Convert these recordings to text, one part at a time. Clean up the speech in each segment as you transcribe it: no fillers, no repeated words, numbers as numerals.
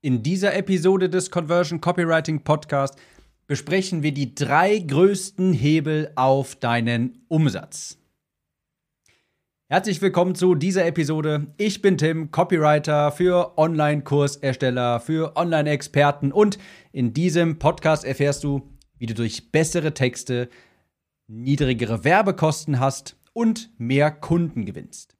In dieser Episode des Conversion Copywriting Podcast besprechen wir die 3 größten Hebel auf deinen Umsatz. Herzlich willkommen zu dieser Episode. Ich bin Tim, Copywriter für Online-Kursersteller, für Online-Experten und in diesem Podcast erfährst du, wie du durch bessere Texte niedrigere Werbekosten hast und mehr Kunden gewinnst.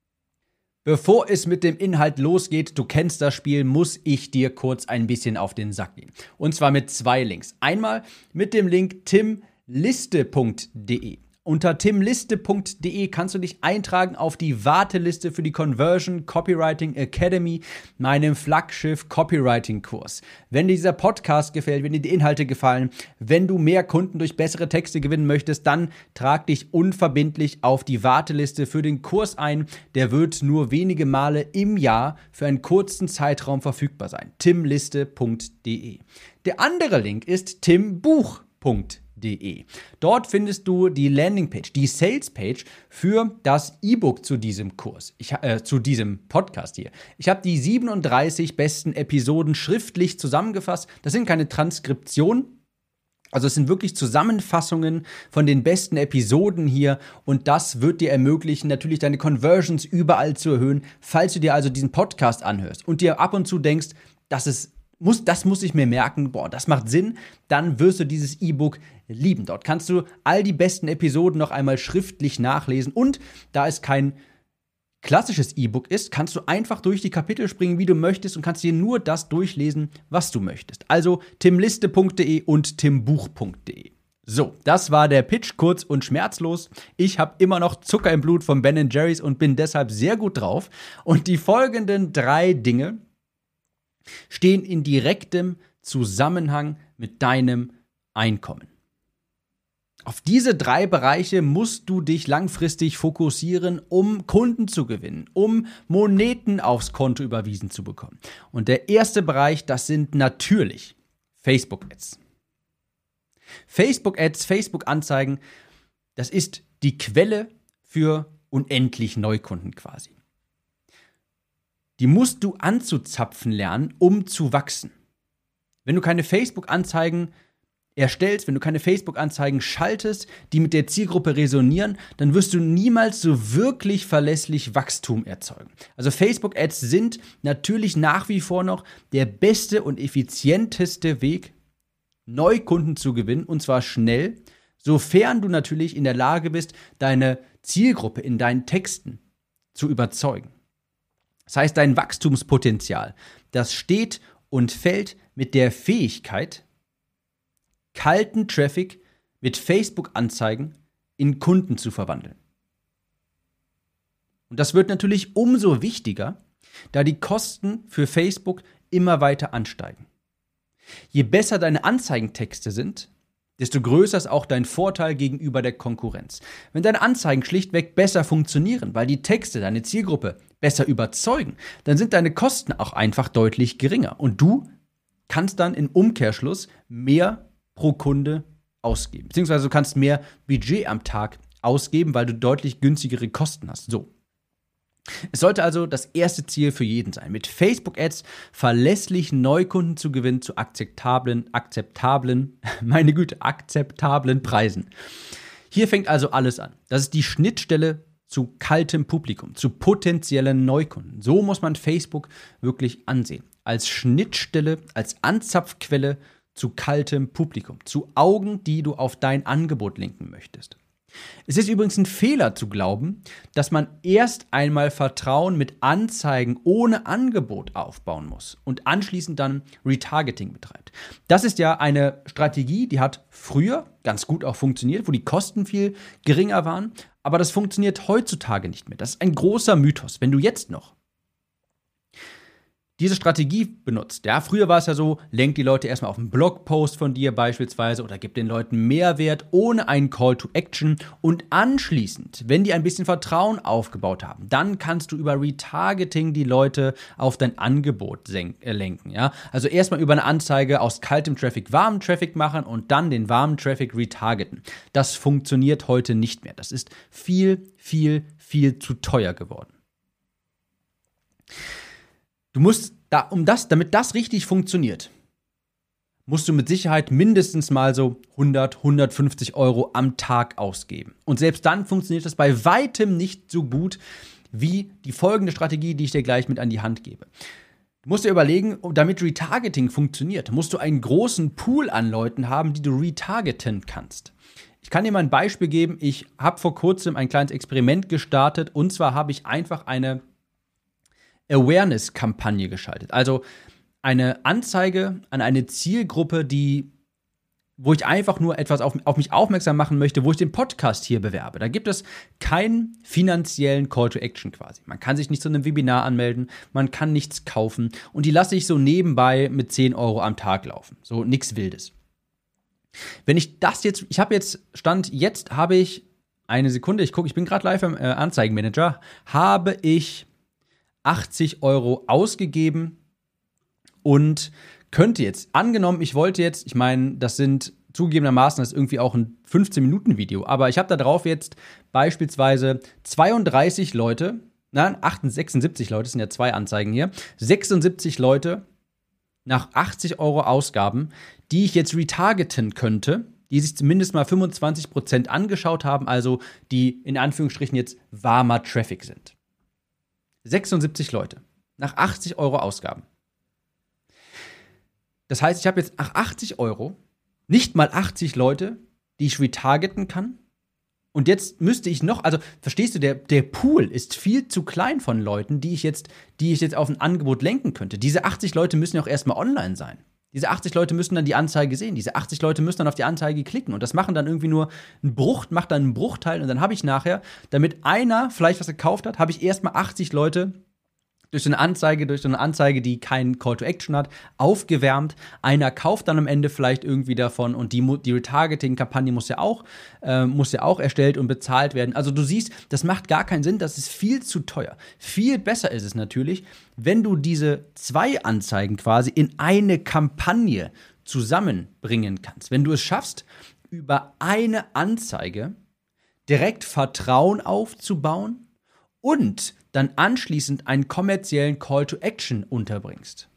Bevor es mit dem Inhalt losgeht, du kennst das Spiel, muss ich dir kurz ein bisschen auf den Sack gehen. Und zwar mit 2 Links. Einmal mit dem Link timliste.de. Unter timliste.de kannst du dich eintragen auf die Warteliste für die Conversion Copywriting Academy, meinem Flaggschiff Copywriting-Kurs. Wenn dir dieser Podcast gefällt, wenn dir die Inhalte gefallen, wenn du mehr Kunden durch bessere Texte gewinnen möchtest, dann trag dich unverbindlich auf die Warteliste für den Kurs ein. Der wird nur wenige Male im Jahr für einen kurzen Zeitraum verfügbar sein. timliste.de. Der andere Link ist timbuch.de. Dort findest du die Landingpage, die Salespage für das E-Book zu diesem Kurs, zu diesem Podcast hier. Ich habe die 37 besten Episoden schriftlich zusammengefasst. Das sind keine Transkriptionen, also es sind wirklich Zusammenfassungen von den besten Episoden hier und das wird dir ermöglichen, natürlich deine Conversions überall zu erhöhen, falls du dir also diesen Podcast anhörst und dir ab und zu denkst, das muss ich mir merken, das macht Sinn, dann wirst du dieses E-Book lieben. Dort kannst du all die besten Episoden noch einmal schriftlich nachlesen und da es kein klassisches E-Book ist, kannst du einfach durch die Kapitel springen, wie du möchtest und kannst dir nur das durchlesen, was du möchtest. Also timliste.de und timbuch.de. So, das war der Pitch, kurz und schmerzlos. Ich habe immer noch Zucker im Blut von Ben & Jerry's und bin deshalb sehr gut drauf. Und die folgenden 3 Dinge stehen in direktem Zusammenhang mit deinem Einkommen. Auf diese 3 Bereiche musst du dich langfristig fokussieren, um Kunden zu gewinnen, um Moneten aufs Konto überwiesen zu bekommen. Und der erste Bereich, das sind natürlich Facebook-Ads. Facebook-Ads, Facebook-Anzeigen, das ist die Quelle für unendlich Neukunden quasi. Die musst du anzuzapfen lernen, um zu wachsen. Wenn du keine Facebook-Anzeigen erstellst, wenn du keine Facebook-Anzeigen schaltest, die mit der Zielgruppe resonieren, dann wirst du niemals so wirklich verlässlich Wachstum erzeugen. Also Facebook-Ads sind natürlich nach wie vor noch der beste und effizienteste Weg, Neukunden zu gewinnen, und zwar schnell, sofern du natürlich in der Lage bist, deine Zielgruppe in deinen Texten zu überzeugen. Das heißt, dein Wachstumspotenzial, das steht und fällt mit der Fähigkeit, kalten Traffic mit Facebook-Anzeigen in Kunden zu verwandeln. Und das wird natürlich umso wichtiger, da die Kosten für Facebook immer weiter ansteigen. Je besser deine Anzeigentexte sind, desto größer ist auch dein Vorteil gegenüber der Konkurrenz. Wenn deine Anzeigen schlichtweg besser funktionieren, weil die Texte deine Zielgruppe besser überzeugen, dann sind deine Kosten auch einfach deutlich geringer. Und du kannst dann im Umkehrschluss mehr pro Kunde ausgeben. Beziehungsweise du kannst mehr Budget am Tag ausgeben, weil du deutlich günstigere Kosten hast. So. Es sollte also das erste Ziel für jeden sein, mit Facebook-Ads verlässlich Neukunden zu gewinnen zu akzeptablen Preisen. Hier fängt also alles an. Das ist die Schnittstelle zu kaltem Publikum, zu potenziellen Neukunden. So muss man Facebook wirklich ansehen. Als Schnittstelle, als Anzapfquelle zu kaltem Publikum, zu Augen, die du auf dein Angebot lenken möchtest. Es ist übrigens ein Fehler zu glauben, dass man erst einmal Vertrauen mit Anzeigen ohne Angebot aufbauen muss und anschließend dann Retargeting betreibt. Das ist ja eine Strategie, die hat früher ganz gut auch funktioniert, wo die Kosten viel geringer waren, aber das funktioniert heutzutage nicht mehr. Das ist ein großer Mythos. Wenn du jetzt noch diese Strategie benutzt. Ja, früher war es ja so, lenk die Leute erstmal auf einen Blogpost von dir beispielsweise oder gib den Leuten Mehrwert ohne einen Call to Action und anschließend, wenn die ein bisschen Vertrauen aufgebaut haben, dann kannst du über Retargeting die Leute auf dein Angebot lenken. Ja? Also erstmal über eine Anzeige aus kaltem Traffic warmen Traffic machen und dann den warmen Traffic retargeten. Das funktioniert heute nicht mehr. Das ist viel, viel, viel zu teuer geworden. Du musst, damit das richtig funktioniert, musst du mit Sicherheit mindestens mal so 100, 150 Euro am Tag ausgeben. Und selbst dann funktioniert das bei weitem nicht so gut wie die folgende Strategie, die ich dir gleich mit an die Hand gebe. Du musst dir überlegen, damit Retargeting funktioniert, musst du einen großen Pool an Leuten haben, die du retargeten kannst. Ich kann dir mal ein Beispiel geben. Ich habe vor kurzem ein kleines Experiment gestartet, und zwar habe ich einfach eine Awareness-Kampagne geschaltet. Also eine Anzeige an eine Zielgruppe, wo ich einfach nur etwas auf mich aufmerksam machen möchte, wo ich den Podcast hier bewerbe. Da gibt es keinen finanziellen Call to Action quasi. Man kann sich nicht zu einem Webinar anmelden, man kann nichts kaufen, und die lasse ich so nebenbei mit 10 Euro am Tag laufen. So nichts Wildes. Wenn ich das jetzt, habe ich eine Sekunde, ich bin gerade live im Anzeigenmanager, habe ich 80 Euro ausgegeben und könnte jetzt, angenommen, das sind zugegebenermaßen, das ist irgendwie auch ein 15-Minuten-Video, aber ich habe da drauf jetzt beispielsweise 76 Leute, 76 Leute, das sind ja 2 Anzeigen hier, 76 Leute nach 80 Euro Ausgaben, die ich jetzt retargeten könnte, die sich zumindest mal 25% angeschaut haben, also die in Anführungsstrichen jetzt warmer Traffic sind. 76 Leute nach 80 Euro Ausgaben. Das heißt, ich habe jetzt nach 80 Euro nicht mal 80 Leute, die ich retargeten kann. Und jetzt müsste ich noch, also verstehst du, der Pool ist viel zu klein von Leuten, die ich jetzt auf ein Angebot lenken könnte. Diese 80 Leute müssen ja auch erstmal online sein. Diese 80 Leute müssen dann die Anzeige sehen. Diese 80 Leute müssen dann auf die Anzeige klicken. Und das machen dann irgendwie nur einen Bruchteil. Und dann habe ich nachher, damit einer vielleicht was gekauft hat, habe ich erstmal 80 Leute durch so eine Anzeige, die keinen Call to Action hat, aufgewärmt. Einer kauft dann am Ende vielleicht irgendwie davon, und die Retargeting-Kampagne muss ja auch erstellt und bezahlt werden. Also du siehst, das macht gar keinen Sinn, das ist viel zu teuer. Viel besser ist es natürlich, wenn du diese 2 Anzeigen quasi in eine Kampagne zusammenbringen kannst. Wenn du es schaffst, über eine Anzeige direkt Vertrauen aufzubauen und dann anschließend einen kommerziellen Call to Action unterbringst.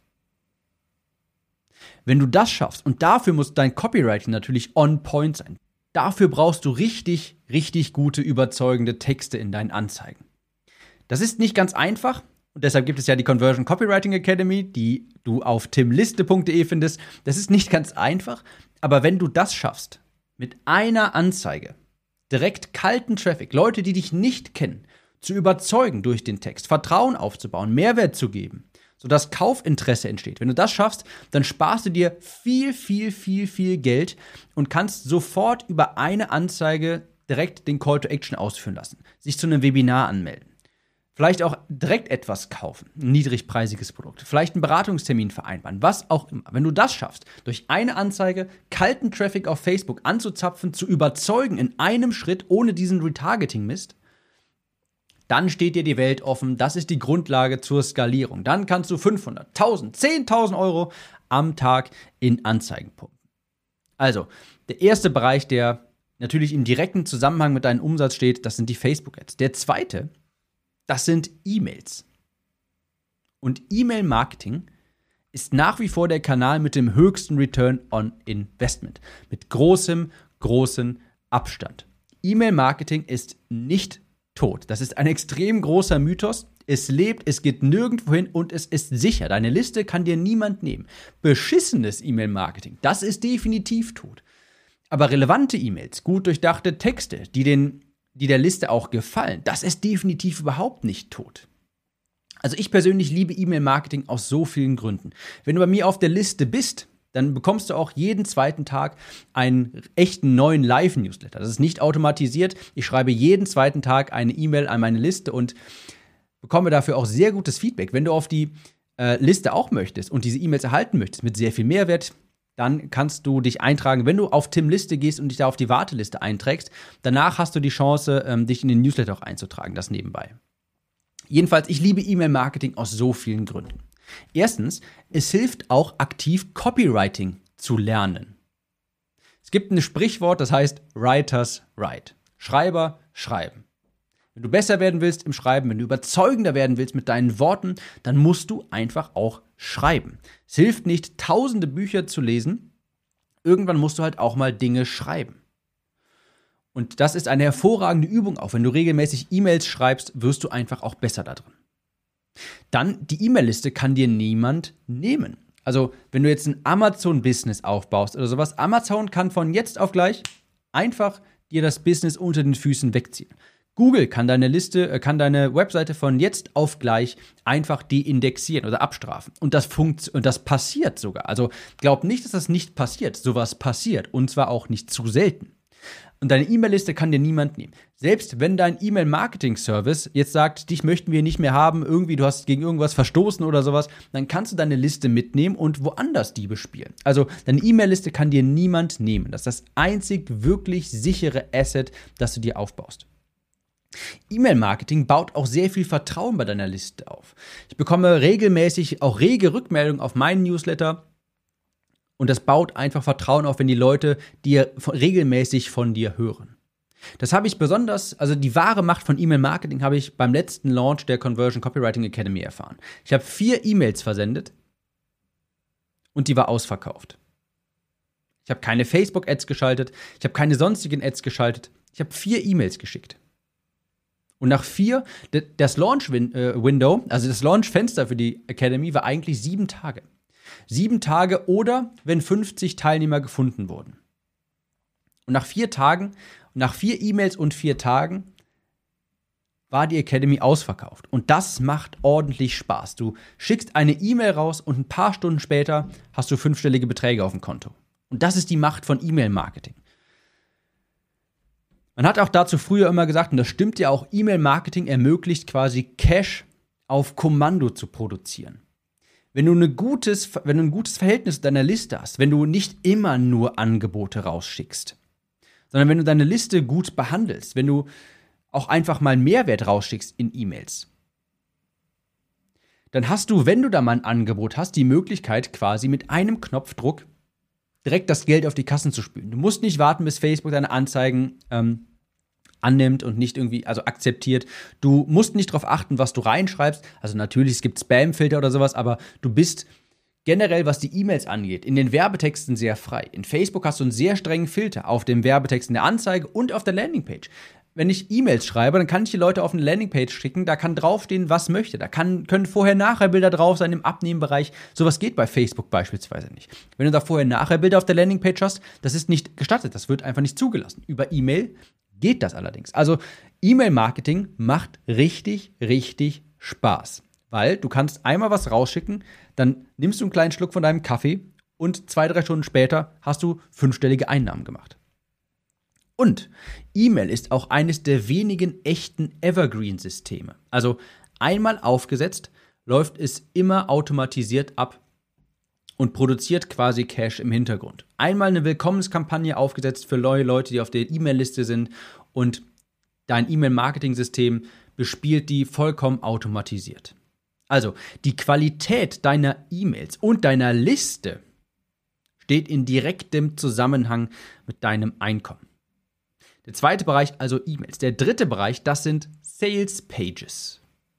Wenn du das schaffst, und dafür muss dein Copywriting natürlich on point sein, dafür brauchst du richtig, richtig gute, überzeugende Texte in deinen Anzeigen. Das ist nicht ganz einfach, und deshalb gibt es ja die Conversion Copywriting Academy, die du auf timliste.de findest. Das ist nicht ganz einfach, aber wenn du das schaffst, mit einer Anzeige direkt kalten Traffic, Leute, die dich nicht kennen, zu überzeugen durch den Text, Vertrauen aufzubauen, Mehrwert zu geben, sodass Kaufinteresse entsteht. Wenn du das schaffst, dann sparst du dir viel, viel, viel, viel Geld und kannst sofort über eine Anzeige direkt den Call to Action ausführen lassen, sich zu einem Webinar anmelden, vielleicht auch direkt etwas kaufen, ein niedrigpreisiges Produkt, vielleicht einen Beratungstermin vereinbaren, was auch immer. Wenn du das schaffst, durch eine Anzeige kalten Traffic auf Facebook anzuzapfen, zu überzeugen in einem Schritt ohne diesen Retargeting-Mist, dann steht dir die Welt offen. Das ist die Grundlage zur Skalierung. Dann kannst du 500, 1000, 10.000 Euro am Tag in Anzeigen pumpen. Also, der erste Bereich, der natürlich im direkten Zusammenhang mit deinem Umsatz steht, das sind die Facebook-Ads. Der zweite, das sind E-Mails. Und E-Mail-Marketing ist nach wie vor der Kanal mit dem höchsten Return on Investment. Mit großem Abstand. E-Mail-Marketing ist nicht tot. Das ist ein extrem großer Mythos. Es lebt, es geht nirgendwo hin und es ist sicher. Deine Liste kann dir niemand nehmen. Beschissenes E-Mail-Marketing, das ist definitiv tot. Aber relevante E-Mails, gut durchdachte Texte, die der Liste auch gefallen, das ist definitiv überhaupt nicht tot. Also ich persönlich liebe E-Mail-Marketing aus so vielen Gründen. Wenn du bei mir auf der Liste bist, dann bekommst du auch jeden zweiten Tag einen echten neuen Live-Newsletter. Das ist nicht automatisiert. Ich schreibe jeden zweiten Tag eine E-Mail an meine Liste und bekomme dafür auch sehr gutes Feedback. Wenn du auf die Liste auch möchtest und diese E-Mails erhalten möchtest mit sehr viel Mehrwert, dann kannst du dich eintragen. Wenn du auf Tim Liste gehst und dich da auf die Warteliste einträgst, danach hast du die Chance, dich in den Newsletter auch einzutragen, das nebenbei. Jedenfalls, ich liebe E-Mail-Marketing aus so vielen Gründen. Erstens, es hilft auch aktiv Copywriting zu lernen. Es gibt ein Sprichwort, das heißt Writers write. Schreiber schreiben. Wenn du besser werden willst im Schreiben, wenn du überzeugender werden willst mit deinen Worten, dann musst du einfach auch schreiben. Es hilft nicht, tausende Bücher zu lesen. Irgendwann musst du halt auch mal Dinge schreiben. Und das ist eine hervorragende Übung. Auch wenn du regelmäßig E-Mails schreibst, wirst du einfach auch besser da drin. Dann, die E-Mail-Liste kann dir niemand nehmen. Also, wenn du jetzt ein Amazon-Business aufbaust oder sowas, Amazon kann von jetzt auf gleich einfach dir das Business unter den Füßen wegziehen. Google kann deine Webseite von jetzt auf gleich einfach deindexieren oder abstrafen. Und das passiert sogar. Also glaub nicht, dass das nicht passiert. Sowas passiert. Und zwar auch nicht zu selten. Und deine E-Mail-Liste kann dir niemand nehmen. Selbst wenn dein E-Mail-Marketing-Service jetzt sagt, dich möchten wir nicht mehr haben, irgendwie du hast gegen irgendwas verstoßen oder sowas, dann kannst du deine Liste mitnehmen und woanders die bespielen. Also deine E-Mail-Liste kann dir niemand nehmen. Das ist das einzig wirklich sichere Asset, das du dir aufbaust. E-Mail-Marketing baut auch sehr viel Vertrauen bei deiner Liste auf. Ich bekomme regelmäßig auch rege Rückmeldungen auf meinen Newsletter. Und das baut einfach Vertrauen auf, wenn die Leute regelmäßig von dir hören. Das habe ich besonders, also die wahre Macht von E-Mail-Marketing habe ich beim letzten Launch der Conversion Copywriting Academy erfahren. Ich habe 4 E-Mails versendet und die war ausverkauft. Ich habe keine Facebook-Ads geschaltet, ich habe keine sonstigen Ads geschaltet, ich habe 4 E-Mails geschickt. Und nach 4, das Launch-Window, also das Launch-Fenster für die Academy war eigentlich 7 Tage. 7 Tage oder wenn 50 Teilnehmer gefunden wurden. Und nach 4 Tagen, nach 4 E-Mails und 4 Tagen war die Academy ausverkauft. Und das macht ordentlich Spaß. Du schickst eine E-Mail raus und ein paar Stunden später hast du 5-stellige Beträge auf dem Konto. Und das ist die Macht von E-Mail-Marketing. Man hat auch dazu früher immer gesagt, und das stimmt ja auch, E-Mail-Marketing ermöglicht quasi Cash auf Kommando zu produzieren. Wenn du ein gutes Verhältnis zu deiner Liste hast, wenn du nicht immer nur Angebote rausschickst, sondern wenn du deine Liste gut behandelst, wenn du auch einfach mal Mehrwert rausschickst in E-Mails, dann hast du, wenn du da mal ein Angebot hast, die Möglichkeit quasi mit einem Knopfdruck direkt das Geld auf die Kassen zu spülen. Du musst nicht warten, bis Facebook deine Anzeigen annimmt und nicht irgendwie, also akzeptiert. Du musst nicht darauf achten, was du reinschreibst. Also natürlich, es gibt Spam-Filter oder sowas, aber du bist generell, was die E-Mails angeht, in den Werbetexten sehr frei. In Facebook hast du einen sehr strengen Filter auf dem Werbetext in der Anzeige und auf der Landingpage. Wenn ich E-Mails schreibe, dann kann ich die Leute auf eine Landingpage schicken, da kann draufstehen, was möchte. Da können Vorher-Nachher-Bilder drauf sein im Abnehmbereich. Sowas geht bei Facebook beispielsweise nicht. Wenn du da Vorher-Nachher-Bilder auf der Landingpage hast, das ist nicht gestattet, das wird einfach nicht zugelassen. Über E-Mail geht das allerdings. Also E-Mail-Marketing macht richtig, richtig Spaß. Weil du kannst einmal was rausschicken, dann nimmst du einen kleinen Schluck von deinem Kaffee und 2-3 Stunden später hast du 5-stellige Einnahmen gemacht. Und E-Mail ist auch eines der wenigen echten Evergreen-Systeme. Also einmal aufgesetzt, läuft es immer automatisiert ab und produziert quasi Cash im Hintergrund. Einmal eine Willkommenskampagne aufgesetzt für neue Leute, die auf der E-Mail-Liste sind und dein E-Mail-Marketing-System bespielt die vollkommen automatisiert. Also, die Qualität deiner E-Mails und deiner Liste steht in direktem Zusammenhang mit deinem Einkommen. Der zweite Bereich, also E-Mails. Der dritte Bereich, das sind Sales Pages.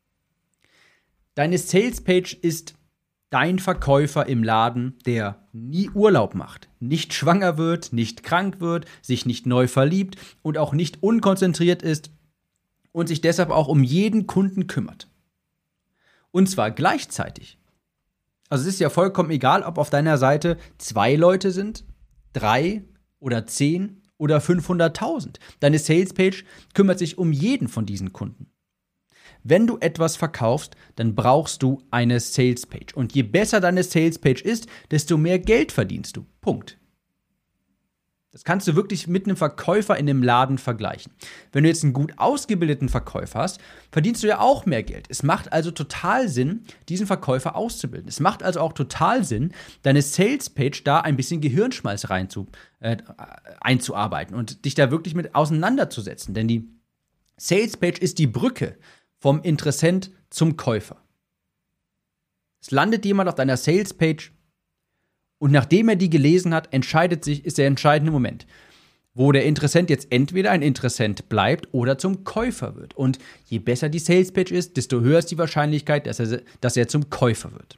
Deine Sales Page ist dein Verkäufer im Laden, der nie Urlaub macht, nicht schwanger wird, nicht krank wird, sich nicht neu verliebt und auch nicht unkonzentriert ist und sich deshalb auch um jeden Kunden kümmert. Und zwar gleichzeitig. Also es ist ja vollkommen egal, ob auf deiner Seite 2 Leute sind, 3 oder 10 oder 500.000. Deine Salespage kümmert sich um jeden von diesen Kunden. Wenn du etwas verkaufst, dann brauchst du eine Salespage. Und je besser deine Salespage ist, desto mehr Geld verdienst du. Punkt. Das kannst du wirklich mit einem Verkäufer in einem Laden vergleichen. Wenn du jetzt einen gut ausgebildeten Verkäufer hast, verdienst du ja auch mehr Geld. Es macht also total Sinn, diesen Verkäufer auszubilden. Es macht also auch total Sinn, deine Salespage da ein bisschen Gehirnschmalz einzuarbeiten und dich da wirklich mit auseinanderzusetzen. Denn die Salespage ist die Brücke vom Interessent zum Käufer. Es landet jemand auf deiner Salespage und nachdem er die gelesen hat, ist der entscheidende Moment. wo der Interessent jetzt entweder ein Interessent bleibt oder zum Käufer wird. Und je besser die Salespage ist, desto höher ist die Wahrscheinlichkeit, dass er zum Käufer wird.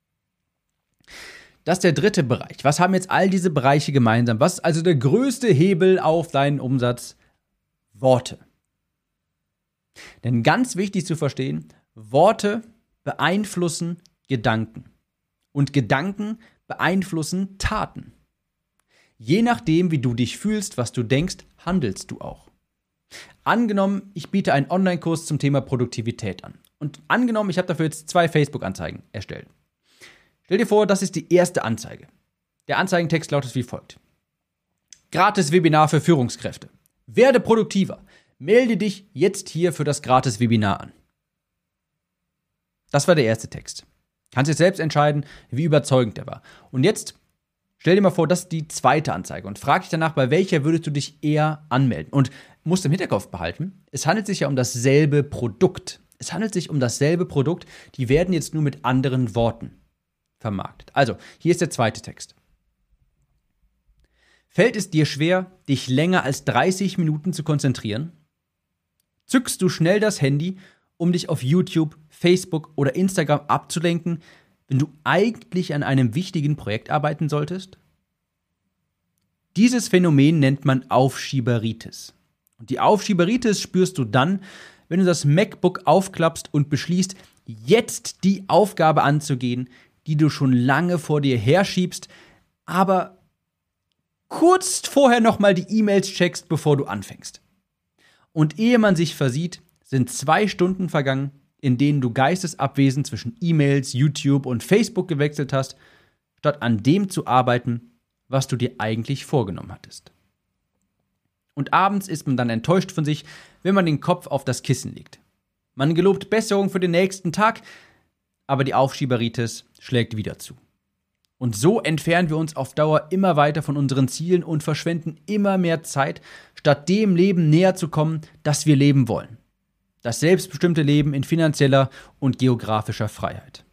Das ist der dritte Bereich. Was haben jetzt all diese Bereiche gemeinsam? Was ist also der größte Hebel auf deinen Umsatz? Worte. Denn ganz wichtig zu verstehen, Worte beeinflussen Gedanken. Und Gedanken beeinflussen Taten. Je nachdem, wie du dich fühlst, was du denkst, handelst du auch. Angenommen, ich biete einen Online-Kurs zum Thema Produktivität an. Und angenommen, ich habe dafür jetzt 2 Facebook-Anzeigen erstellt. Stell dir vor, das ist die erste Anzeige. Der Anzeigentext lautet wie folgt. Gratis-Webinar für Führungskräfte. Werde produktiver. Melde dich jetzt hier für das Gratis-Webinar an. Das war der erste Text. Kannst jetzt selbst entscheiden, wie überzeugend der war. Und jetzt stell dir mal vor, das ist die zweite Anzeige und frag dich danach, bei welcher würdest du dich eher anmelden? Und musst im Hinterkopf behalten, es handelt sich ja um dasselbe Produkt. Es handelt sich um dasselbe Produkt, die werden jetzt nur mit anderen Worten vermarktet. Also, hier ist der zweite Text. Fällt es dir schwer, dich länger als 30 Minuten zu konzentrieren? Zückst du schnell das Handy, um dich auf YouTube, Facebook oder Instagram abzulenken, wenn du eigentlich an einem wichtigen Projekt arbeiten solltest? Dieses Phänomen nennt man Aufschieberitis. Und die Aufschieberitis spürst du dann, wenn du das MacBook aufklappst und beschließt, jetzt die Aufgabe anzugehen, die du schon lange vor dir herschiebst, aber kurz vorher nochmal die E-Mails checkst, bevor du anfängst. Und ehe man sich versieht, sind 2 Stunden vergangen, in denen du geistesabwesend zwischen E-Mails, YouTube und Facebook gewechselt hast, statt an dem zu arbeiten, was du dir eigentlich vorgenommen hattest. Und abends ist man dann enttäuscht von sich, wenn man den Kopf auf das Kissen legt. Man gelobt Besserung für den nächsten Tag, aber die Aufschieberitis schlägt wieder zu. Und so entfernen wir uns auf Dauer immer weiter von unseren Zielen und verschwenden immer mehr Zeit, statt dem Leben näher zu kommen, das wir leben wollen. Das selbstbestimmte Leben in finanzieller und geografischer Freiheit.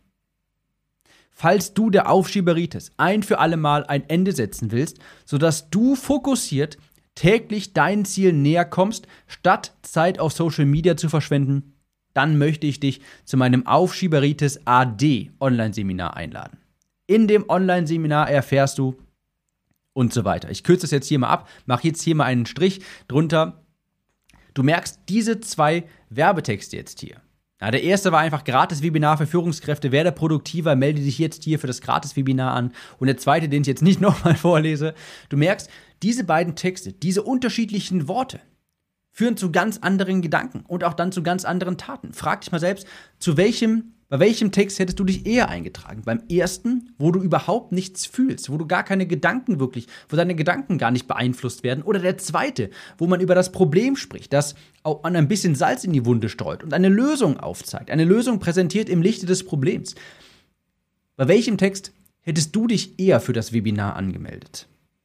Falls du der Aufschieberitis ein für alle Mal ein Ende setzen willst, sodass du fokussiert täglich deinen Zielen näher kommst, statt Zeit auf Social Media zu verschwenden, dann möchte ich dich zu meinem Aufschieberitis AD Online-Seminar einladen. In dem Online-Seminar erfährst du und so weiter. Ich kürze das jetzt hier mal ab, mache jetzt hier mal einen Strich drunter. Du merkst diese 2 Werbetexte jetzt hier. Ja, der erste war einfach Gratis-Webinar für Führungskräfte. Werde produktiver, melde dich jetzt hier für das Gratis-Webinar an. Und der zweite, den ich jetzt nicht nochmal vorlese. Du merkst, diese beiden Texte, diese unterschiedlichen Worte führen zu ganz anderen Gedanken und auch dann zu ganz anderen Taten. Frag dich mal selbst, bei welchem Text hättest du dich eher eingetragen? Beim ersten, wo du überhaupt nichts fühlst, wo du gar keine Gedanken wo deine Gedanken gar nicht beeinflusst werden? Oder der zweite, wo man über das Problem spricht, das auch ein bisschen Salz in die Wunde streut und eine Lösung aufzeigt, eine Lösung präsentiert im Lichte des Problems? Bei welchem Text hättest du dich eher für das Webinar angemeldet?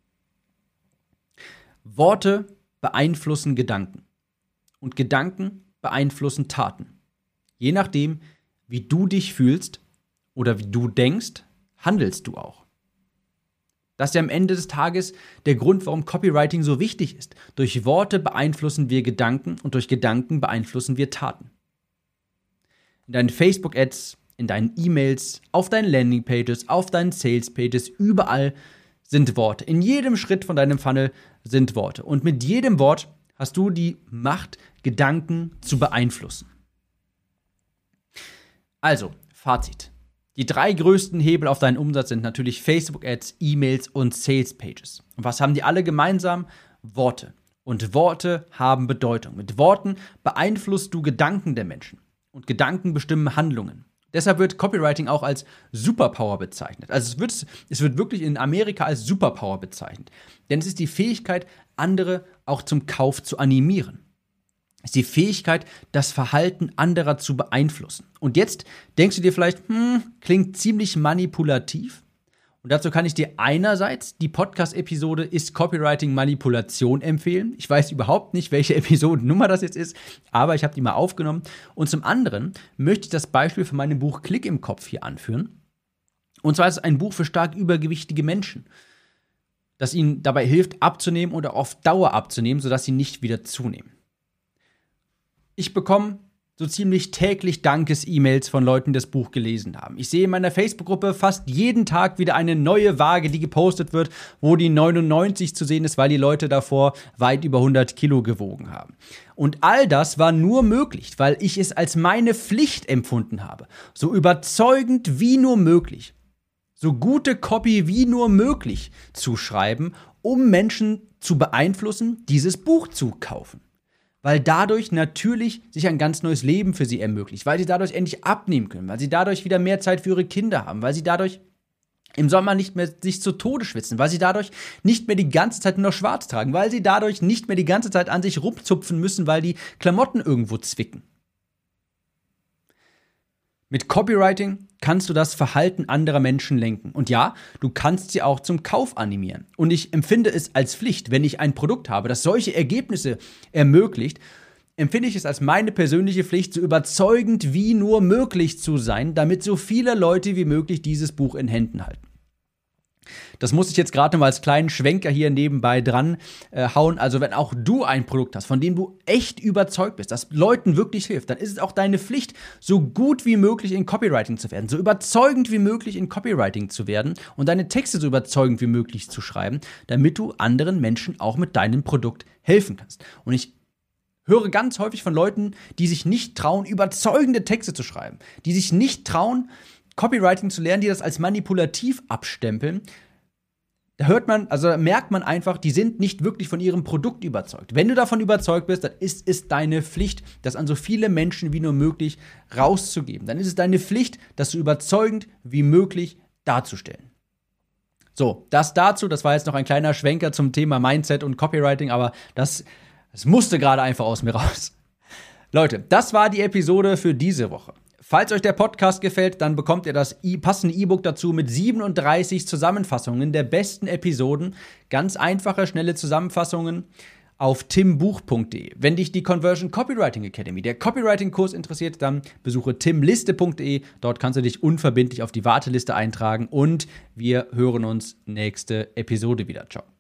Worte beeinflussen Gedanken und Gedanken beeinflussen Taten. Je nachdem, wie du dich fühlst oder wie du denkst, handelst du auch. Das ist ja am Ende des Tages der Grund, warum Copywriting so wichtig ist. Durch Worte beeinflussen wir Gedanken und durch Gedanken beeinflussen wir Taten. In deinen Facebook-Ads, in deinen E-Mails, auf deinen Landing-Pages, auf deinen Sales-Pages, überall sind Worte. In jedem Schritt von deinem Funnel sind Worte. Und mit jedem Wort hast du die Macht, Gedanken zu beeinflussen. Also, Fazit. Die 3 größten Hebel auf deinen Umsatz sind natürlich Facebook-Ads, E-Mails und Sales-Pages. Und was haben die alle gemeinsam? Worte. Und Worte haben Bedeutung. Mit Worten beeinflusst du Gedanken der Menschen. Und Gedanken bestimmen Handlungen. Deshalb wird Copywriting auch als Superpower bezeichnet. Also es wird wirklich in Amerika als Superpower bezeichnet. Denn es ist die Fähigkeit, andere auch zum Kauf zu animieren. Es ist die Fähigkeit, das Verhalten anderer zu beeinflussen. Und jetzt denkst du dir vielleicht, klingt ziemlich manipulativ. Und dazu kann ich dir einerseits die Podcast-Episode Ist Copywriting Manipulation empfehlen. Ich weiß überhaupt nicht, welche Episodennummer das jetzt ist, aber ich habe die mal aufgenommen. Und zum anderen möchte ich das Beispiel von meinem Buch Klick im Kopf hier anführen. Und zwar ist es ein Buch für stark übergewichtige Menschen. das ihnen dabei hilft, abzunehmen oder auf Dauer abzunehmen, sodass sie nicht wieder zunehmen. Ich bekomme so ziemlich täglich Dankes-E-Mails von Leuten, die das Buch gelesen haben. Ich sehe in meiner Facebook-Gruppe fast jeden Tag wieder eine neue Waage, die gepostet wird, wo die 99 zu sehen ist, weil die Leute davor weit über 100 Kilo gewogen haben. Und all das war nur möglich, weil ich es als meine Pflicht empfunden habe. So überzeugend wie nur möglich, so gute Copy wie nur möglich zu schreiben, um Menschen zu beeinflussen, dieses Buch zu kaufen. Weil dadurch natürlich sich ein ganz neues Leben für sie ermöglicht, weil sie dadurch endlich abnehmen können, weil sie dadurch wieder mehr Zeit für ihre Kinder haben, weil sie dadurch im Sommer nicht mehr sich zu Tode schwitzen, weil sie dadurch nicht mehr die ganze Zeit nur noch schwarz tragen, weil sie dadurch nicht mehr die ganze Zeit an sich rumzupfen müssen, weil die Klamotten irgendwo zwicken. Mit Copywriting kannst du das Verhalten anderer Menschen lenken. Und ja, du kannst sie auch zum Kauf animieren. Und ich empfinde es als Pflicht, wenn ich ein Produkt habe, das solche Ergebnisse ermöglicht, empfinde ich es als meine persönliche Pflicht, so überzeugend wie nur möglich zu sein, damit so viele Leute wie möglich dieses Buch in Händen halten. Das muss ich jetzt gerade mal als kleinen Schwenker hier nebenbei dran hauen. Also wenn auch du ein Produkt hast, von dem du echt überzeugt bist, das Leuten wirklich hilft, dann ist es auch deine Pflicht, so gut wie möglich in Copywriting zu werden, so überzeugend wie möglich in Copywriting zu werden und deine Texte so überzeugend wie möglich zu schreiben, damit du anderen Menschen auch mit deinem Produkt helfen kannst. Und ich höre ganz häufig von Leuten, die sich nicht trauen, überzeugende Texte zu schreiben, die sich nicht trauen, Copywriting zu lernen, die das als manipulativ abstempeln. Da merkt man einfach, die sind nicht wirklich von ihrem Produkt überzeugt. Wenn du davon überzeugt bist, dann ist es deine Pflicht, das an so viele Menschen wie nur möglich rauszugeben. Dann ist es deine Pflicht, das so überzeugend wie möglich darzustellen. So, das dazu, das war jetzt noch ein kleiner Schwenker zum Thema Mindset und Copywriting, aber das musste gerade einfach aus mir raus. Leute, das war die Episode für diese Woche. Falls euch der Podcast gefällt, dann bekommt ihr das passende E-Book dazu mit 37 Zusammenfassungen der besten Episoden. Ganz einfache, schnelle Zusammenfassungen auf timbuch.de. Wenn dich die Conversion Copywriting Academy, der Copywriting-Kurs interessiert, dann besuche timliste.de. Dort kannst du dich unverbindlich auf die Warteliste eintragen und wir hören uns nächste Episode wieder. Ciao.